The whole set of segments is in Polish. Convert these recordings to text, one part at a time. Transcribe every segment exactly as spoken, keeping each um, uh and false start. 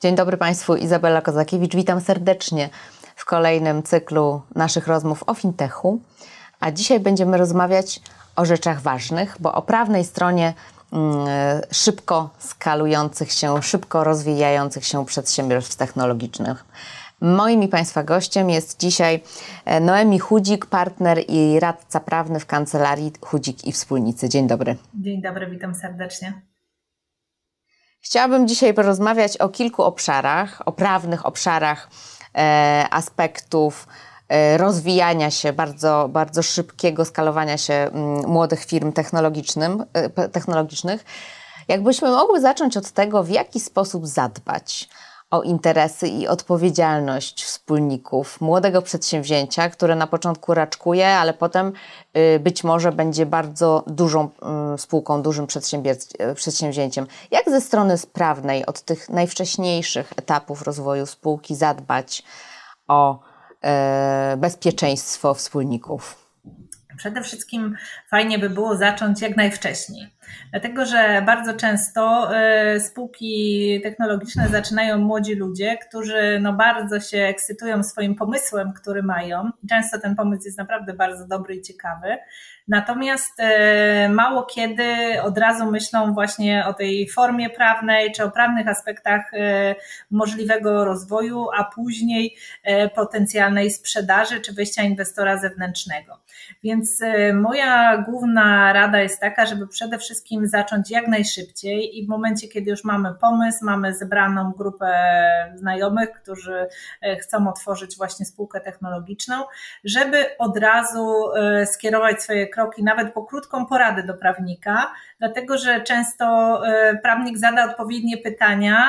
Dzień dobry Państwu, Izabela Kozakiewicz. Witam serdecznie w kolejnym cyklu naszych rozmów o fintechu. A dzisiaj będziemy rozmawiać o rzeczach ważnych, bo o prawnej stronie mm, szybko skalujących się, szybko rozwijających się przedsiębiorstw technologicznych. Moim i Państwa gościem jest dzisiaj Noemi Chudzik, partner i radca prawny w kancelarii Chudzik i Wspólnicy. Dzień dobry. Dzień dobry, witam serdecznie. Chciałabym dzisiaj porozmawiać o kilku obszarach, o prawnych obszarach e, aspektów e, rozwijania się, bardzo, bardzo szybkiego skalowania się m, młodych firm technologicznym, e, technologicznych. Jakbyśmy mogły zacząć od tego, w jaki sposób zadbać o interesy i odpowiedzialność wspólników młodego przedsięwzięcia, które na początku raczkuje, ale potem y, być może będzie bardzo dużą y, spółką, dużym przedsięwzięciem. Jak ze strony prawnej od tych najwcześniejszych etapów rozwoju spółki zadbać o y, bezpieczeństwo wspólników? Przede wszystkim fajnie by było zacząć jak najwcześniej, dlatego że bardzo często y, spółki technologiczne zaczynają młodzi ludzie, którzy no bardzo się ekscytują swoim pomysłem, który mają. Często ten pomysł jest naprawdę bardzo dobry i ciekawy, natomiast y, mało kiedy od razu myślą właśnie o tej formie prawnej czy o prawnych aspektach y, możliwego rozwoju, a później y, potencjalnej sprzedaży czy wejścia inwestora zewnętrznego. Więc moja główna rada jest taka, żeby przede wszystkim zacząć jak najszybciej i w momencie, kiedy już mamy pomysł, mamy zebraną grupę znajomych, którzy chcą otworzyć właśnie spółkę technologiczną, żeby od razu skierować swoje kroki nawet po krótką poradę do prawnika, dlatego że często prawnik zada odpowiednie pytania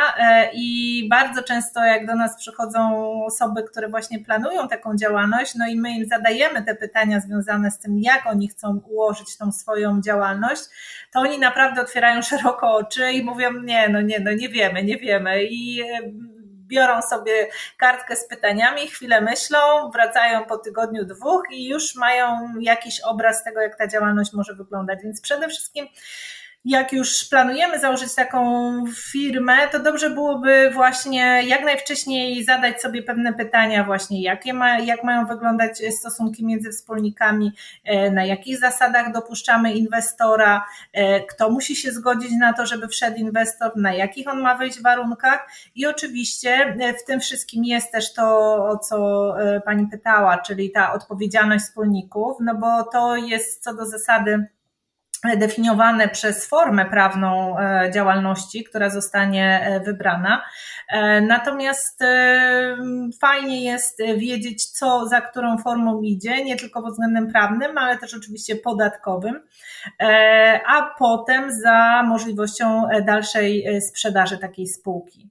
i bardzo często jak do nas przychodzą osoby, które właśnie planują taką działalność, no i my im zadajemy te pytania związane z tym, jak oni chcą ułożyć tą swoją działalność, to oni naprawdę otwierają szeroko oczy i mówią, nie, no nie, no nie wiemy, nie wiemy i biorą sobie kartkę z pytaniami, chwilę myślą, wracają po tygodniu, dwóch i już mają jakiś obraz tego, jak ta działalność może wyglądać, więc przede wszystkim jak już planujemy założyć taką firmę, to dobrze byłoby właśnie jak najwcześniej zadać sobie pewne pytania właśnie, jakie ma, jak mają wyglądać stosunki między wspólnikami, na jakich zasadach dopuszczamy inwestora, kto musi się zgodzić na to, żeby wszedł inwestor, na jakich on ma wyjść warunkach i oczywiście w tym wszystkim jest też to, o co Pani pytała, czyli ta odpowiedzialność wspólników, no bo to jest co do zasady definiowane przez formę prawną działalności, która zostanie wybrana. Natomiast fajnie jest wiedzieć, co za którą formą idzie, nie tylko pod względem prawnym, ale też oczywiście podatkowym, a potem za możliwością dalszej sprzedaży takiej spółki.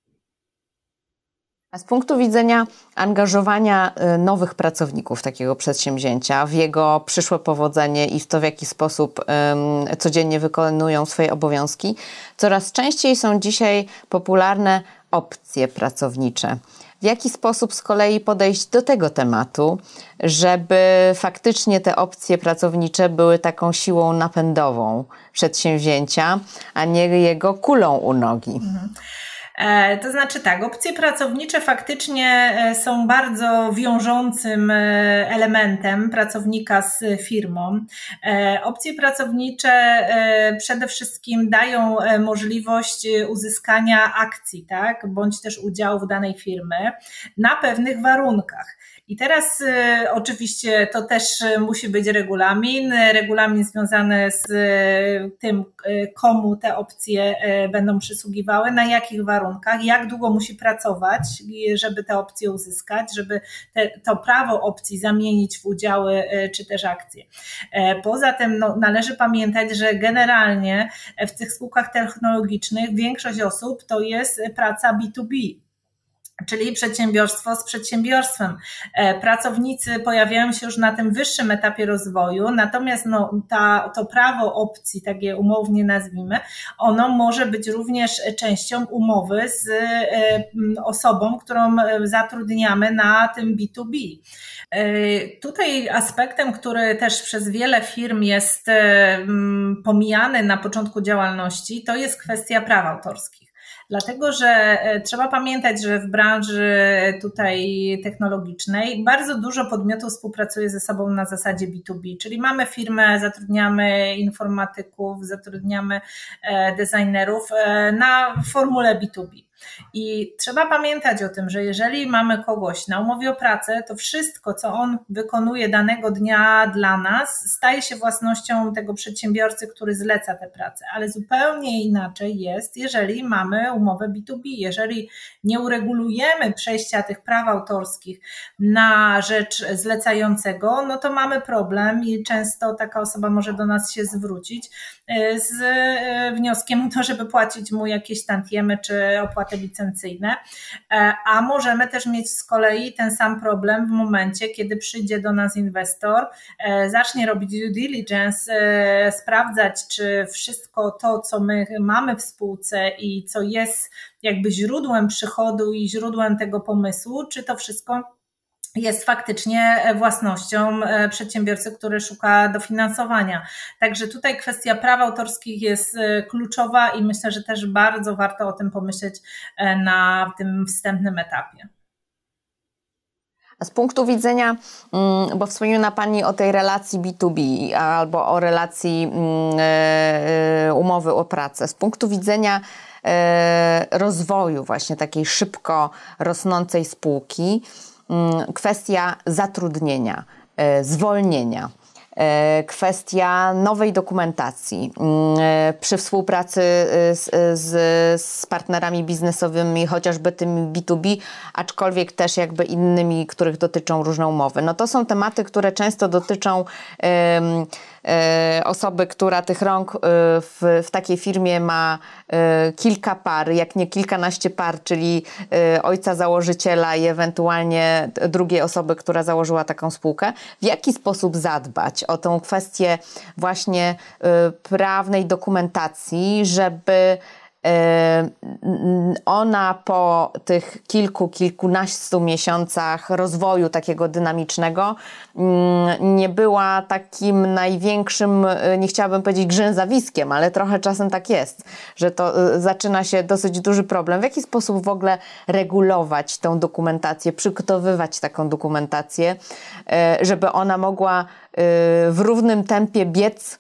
A z punktu widzenia angażowania nowych pracowników takiego przedsięwzięcia w jego przyszłe powodzenie i w to, w jaki sposób um, codziennie wykonują swoje obowiązki, coraz częściej są dzisiaj popularne opcje pracownicze. W jaki sposób z kolei podejść do tego tematu, żeby faktycznie te opcje pracownicze były taką siłą napędową przedsięwzięcia, a nie jego kulą u nogi? Mhm. To znaczy tak, opcje pracownicze faktycznie są bardzo wiążącym elementem pracownika z firmą. Opcje pracownicze przede wszystkim dają możliwość uzyskania akcji, tak, bądź też udziału w danej firmy na pewnych warunkach. I teraz y, oczywiście to też musi być regulamin, regulamin związany z y, tym, y, komu te opcje y, będą przysługiwały, na jakich warunkach, jak długo musi pracować, żeby te opcje uzyskać, żeby te, to prawo opcji zamienić w udziały y, czy też akcje. Y, poza tym no, należy pamiętać, że generalnie w tych spółkach technologicznych większość osób to jest praca B dwa B. Czyli przedsiębiorstwo z przedsiębiorstwem. Pracownicy pojawiają się już na tym wyższym etapie rozwoju, natomiast no, ta, to prawo opcji, tak je umownie nazwijmy, ono może być również częścią umowy z osobą, którą zatrudniamy na tym B dwa B. Tutaj aspektem, który też przez wiele firm jest pomijany na początku działalności, to jest kwestia praw autorskich. Dlatego, że trzeba pamiętać, że w branży tutaj technologicznej bardzo dużo podmiotów współpracuje ze sobą na zasadzie B dwa B, czyli mamy firmę, zatrudniamy informatyków, zatrudniamy designerów na formule B dwa B. I trzeba pamiętać o tym, że jeżeli mamy kogoś na umowie o pracę, to wszystko, co on wykonuje danego dnia dla nas, staje się własnością tego przedsiębiorcy, który zleca tę pracę. Ale zupełnie inaczej jest, jeżeli mamy umowę B dwa B. Jeżeli nie uregulujemy przejścia tych praw autorskich na rzecz zlecającego, no to mamy problem i często taka osoba może do nas się zwrócić z wnioskiem o to, żeby płacić mu jakieś tantiemy czy opłaty licencyjne, a możemy też mieć z kolei ten sam problem w momencie, kiedy przyjdzie do nas inwestor, zacznie robić due diligence, sprawdzać, czy wszystko to, co my mamy w spółce i co jest jakby źródłem przychodu i źródłem tego pomysłu, czy to wszystko jest faktycznie własnością przedsiębiorcy, który szuka dofinansowania. Także tutaj kwestia praw autorskich jest kluczowa i myślę, że też bardzo warto o tym pomyśleć na tym wstępnym etapie. A z punktu widzenia, bo wspomniała Pani o tej relacji B dwa B albo o relacji umowy o pracę, z punktu widzenia rozwoju właśnie takiej szybko rosnącej spółki, kwestia zatrudnienia, zwolnienia, kwestia nowej dokumentacji przy współpracy z, z, z partnerami biznesowymi, chociażby tymi B dwa B, aczkolwiek też jakby innymi, których dotyczą różne umowy. No to są tematy, które często dotyczą um, osoby, która tych rąk w, w takiej firmie ma kilka par, jak nie kilkanaście par, czyli ojca założyciela i ewentualnie drugiej osoby, która założyła taką spółkę. W jaki sposób zadbać o tę kwestię właśnie prawnej dokumentacji, żeby ona po tych kilku, kilkunastu miesiącach rozwoju takiego dynamicznego nie była takim największym, nie chciałabym powiedzieć grzęzawiskiem, ale trochę czasem tak jest, że to zaczyna się dosyć duży problem. W jaki sposób w ogóle regulować tę dokumentację, przygotowywać taką dokumentację, żeby ona mogła w równym tempie biec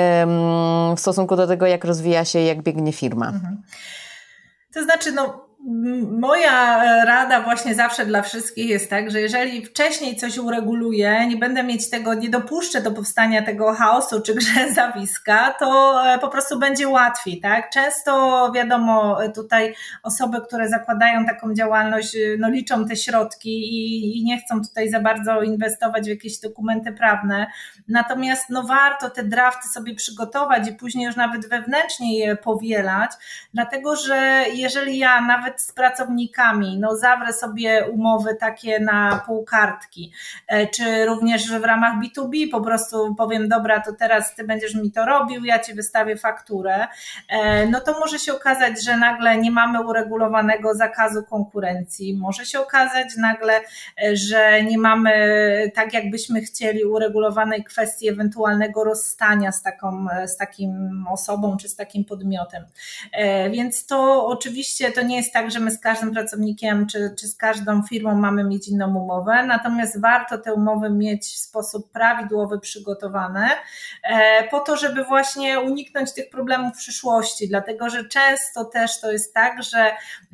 w stosunku do tego, jak rozwija się, jak biegnie firma. Mhm. To znaczy, no, moja rada właśnie zawsze dla wszystkich jest tak, że jeżeli wcześniej coś ureguluję, nie będę mieć tego, nie dopuszczę do powstania tego chaosu czy grzęzawiska, to po prostu będzie łatwiej, tak? Często wiadomo, tutaj osoby, które zakładają taką działalność, no liczą te środki i, i nie chcą tutaj za bardzo inwestować w jakieś dokumenty prawne, natomiast no warto te drafty sobie przygotować i później już nawet wewnętrznie je powielać, dlatego że jeżeli ja nawet z pracownikami, no zawrę sobie umowy takie na pół kartki, czy również w ramach B dwa B po prostu powiem, dobra, to teraz ty będziesz mi to robił, ja ci wystawię fakturę, no to może się okazać, że nagle nie mamy uregulowanego zakazu konkurencji, może się okazać nagle, że nie mamy tak jakbyśmy chcieli uregulowanej kwestii ewentualnego rozstania z taką, z takim osobą, czy z takim podmiotem, więc to oczywiście to nie jest tak, że my z każdym pracownikiem czy, czy z każdą firmą mamy mieć inną umowę, natomiast warto te umowy mieć w sposób prawidłowy przygotowane po to, żeby właśnie uniknąć tych problemów w przyszłości, dlatego że często też to jest tak, że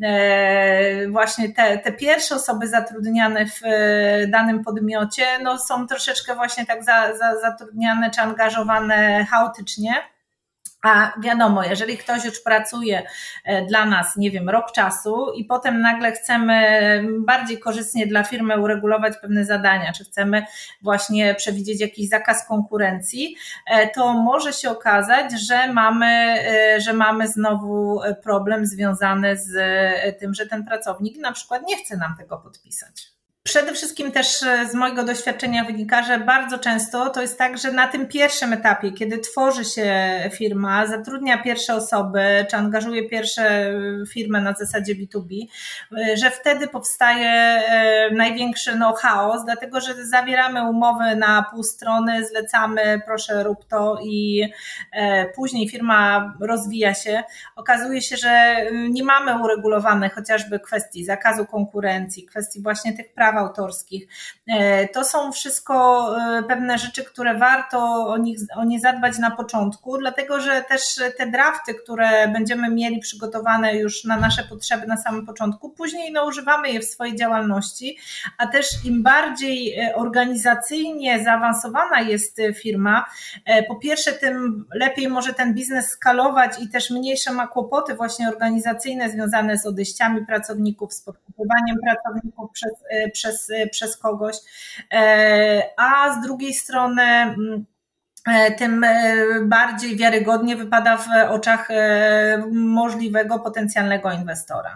właśnie te, te pierwsze osoby zatrudniane w danym podmiocie no są troszeczkę właśnie tak za, za, zatrudniane czy angażowane chaotycznie. A wiadomo, jeżeli ktoś już pracuje dla nas, nie wiem, rok czasu i potem nagle chcemy bardziej korzystnie dla firmy uregulować pewne zadania, czy chcemy właśnie przewidzieć jakiś zakaz konkurencji, to może się okazać, że mamy, że mamy znowu problem związany z tym, że ten pracownik na przykład nie chce nam tego podpisać. Przede wszystkim też z mojego doświadczenia wynika, że bardzo często to jest tak, że na tym pierwszym etapie, kiedy tworzy się firma, zatrudnia pierwsze osoby, czy angażuje pierwsze firmy na zasadzie B dwa B, że wtedy powstaje największy no chaos, dlatego że zawieramy umowy na pół strony, zlecamy, proszę rób to i później firma rozwija się. Okazuje się, że nie mamy uregulowanych chociażby kwestii zakazu konkurencji, kwestii właśnie tych praw autorskich. To są wszystko pewne rzeczy, które warto o nich, o nie zadbać na początku, dlatego że też te drafty, które będziemy mieli przygotowane już na nasze potrzeby na samym początku, później no, używamy je w swojej działalności, a też im bardziej organizacyjnie zaawansowana jest firma, po pierwsze tym lepiej może ten biznes skalować i też mniejsze ma kłopoty właśnie organizacyjne związane z odejściami pracowników, z podkupowaniem pracowników przez, przez, przez kogoś, a z drugiej strony tym bardziej wiarygodnie wypada w oczach możliwego potencjalnego inwestora.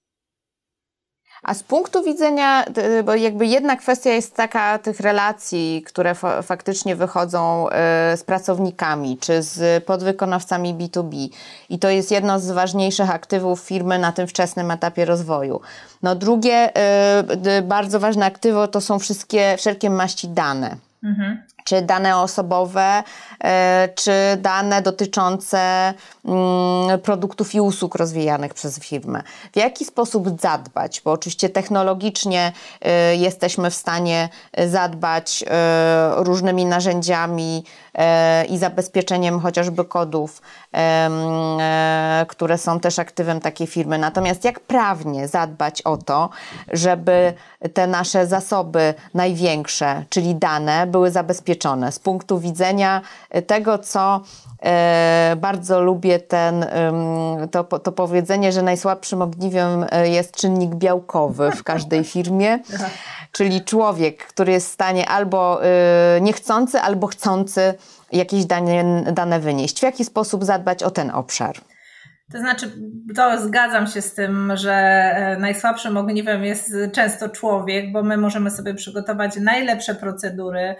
A z punktu widzenia, bo jakby jedna kwestia jest taka tych relacji, które fa- faktycznie wychodzą z pracownikami, czy z podwykonawcami B dwa B i to jest jedno z ważniejszych aktywów firmy na tym wczesnym etapie rozwoju. No drugie bardzo ważne aktywo to są wszystkie, wszelkie maści dane. Mhm. Czy dane osobowe, czy dane dotyczące produktów i usług rozwijanych przez firmę. W jaki sposób zadbać? Bo oczywiście technologicznie jesteśmy w stanie zadbać różnymi narzędziami i zabezpieczeniem chociażby kodów, które są też aktywem takiej firmy. Natomiast jak prawnie zadbać o to, żeby te nasze zasoby największe, czyli dane, były zabezpieczone z punktu widzenia tego, co e, bardzo lubię ten, to, to powiedzenie, że najsłabszym ogniwem jest czynnik białkowy w każdej firmie, czyli człowiek, który jest w stanie albo e, niechcący, albo chcący jakieś dane, dane wynieść. W jaki sposób zadbać o ten obszar? To znaczy, to zgadzam się z tym, że najsłabszym ogniwem jest często człowiek, bo my możemy sobie przygotować najlepsze procedury,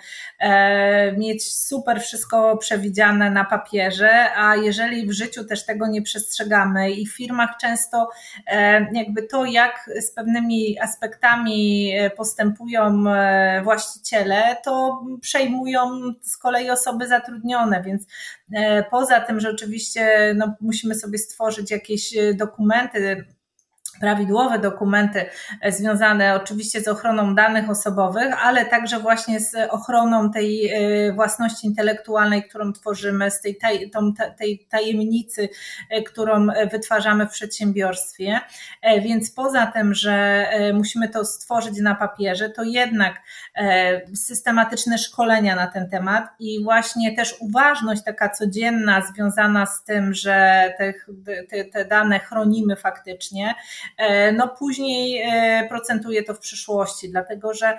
e, mieć super wszystko przewidziane na papierze, a jeżeli w życiu też tego nie przestrzegamy i w firmach często e, jakby to, jak z pewnymi aspektami postępują właściciele, to przejmują z kolei osoby zatrudnione, więc e, poza tym, że oczywiście no, musimy sobie stworzyć tworzyć jakieś dokumenty, prawidłowe dokumenty związane oczywiście z ochroną danych osobowych, ale także właśnie z ochroną tej własności intelektualnej, którą tworzymy, z tej, taj, tą, tej tajemnicy, którą wytwarzamy w przedsiębiorstwie. Więc poza tym, że musimy to stworzyć na papierze, to jednak systematyczne szkolenia na ten temat i właśnie też uważność taka codzienna związana z tym, że te, te, te dane chronimy faktycznie, no później procentuje to w przyszłości, dlatego że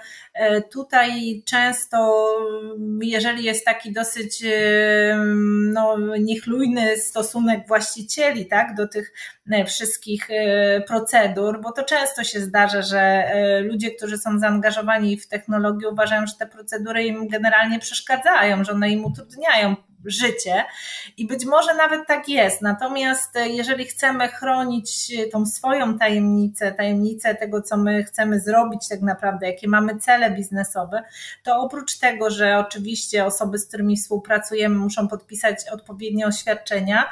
tutaj często, jeżeli jest taki dosyć no, niechlujny stosunek właścicieli, tak, do tych wszystkich procedur, bo to często się zdarza, że ludzie, którzy są zaangażowani w technologię, uważają, że te procedury im generalnie przeszkadzają, że one im utrudniają życie i być może nawet tak jest, natomiast jeżeli chcemy chronić tą swoją tajemnicę, tajemnicę tego, co my chcemy zrobić tak naprawdę, jakie mamy cele biznesowe, to oprócz tego, że oczywiście osoby, z którymi współpracujemy, muszą podpisać odpowiednie oświadczenia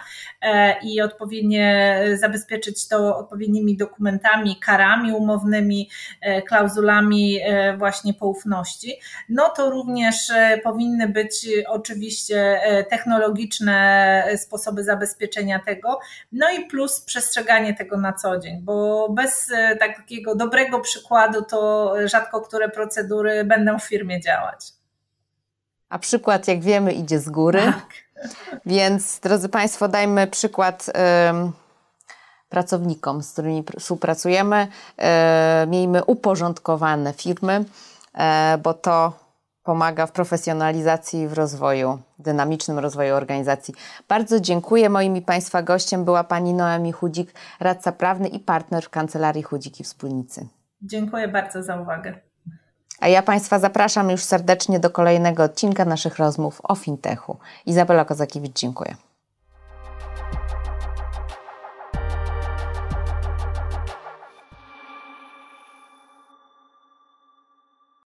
i odpowiednie zabezpieczyć to odpowiednimi dokumentami, karami umownymi, klauzulami właśnie poufności, no to również powinny być oczywiście technologiczne sposoby zabezpieczenia tego, no i plus przestrzeganie tego na co dzień, bo bez takiego dobrego przykładu to rzadko które procedury będą w firmie działać. A przykład, jak wiemy, idzie z góry, tak. Więc drodzy Państwo, dajmy przykład ym, pracownikom, z którymi współpracujemy, yy, miejmy uporządkowane firmy, yy, bo to pomaga w profesjonalizacji i w rozwoju, dynamicznym rozwoju organizacji. Bardzo dziękuję. Moim i Państwa gościem była Pani Noemi Chudzik, radca prawny i partner w Kancelarii Chudzik i Wspólnicy. Dziękuję bardzo za uwagę. A ja Państwa zapraszam już serdecznie do kolejnego odcinka naszych rozmów o fintechu. Izabela Kozakiewicz, dziękuję.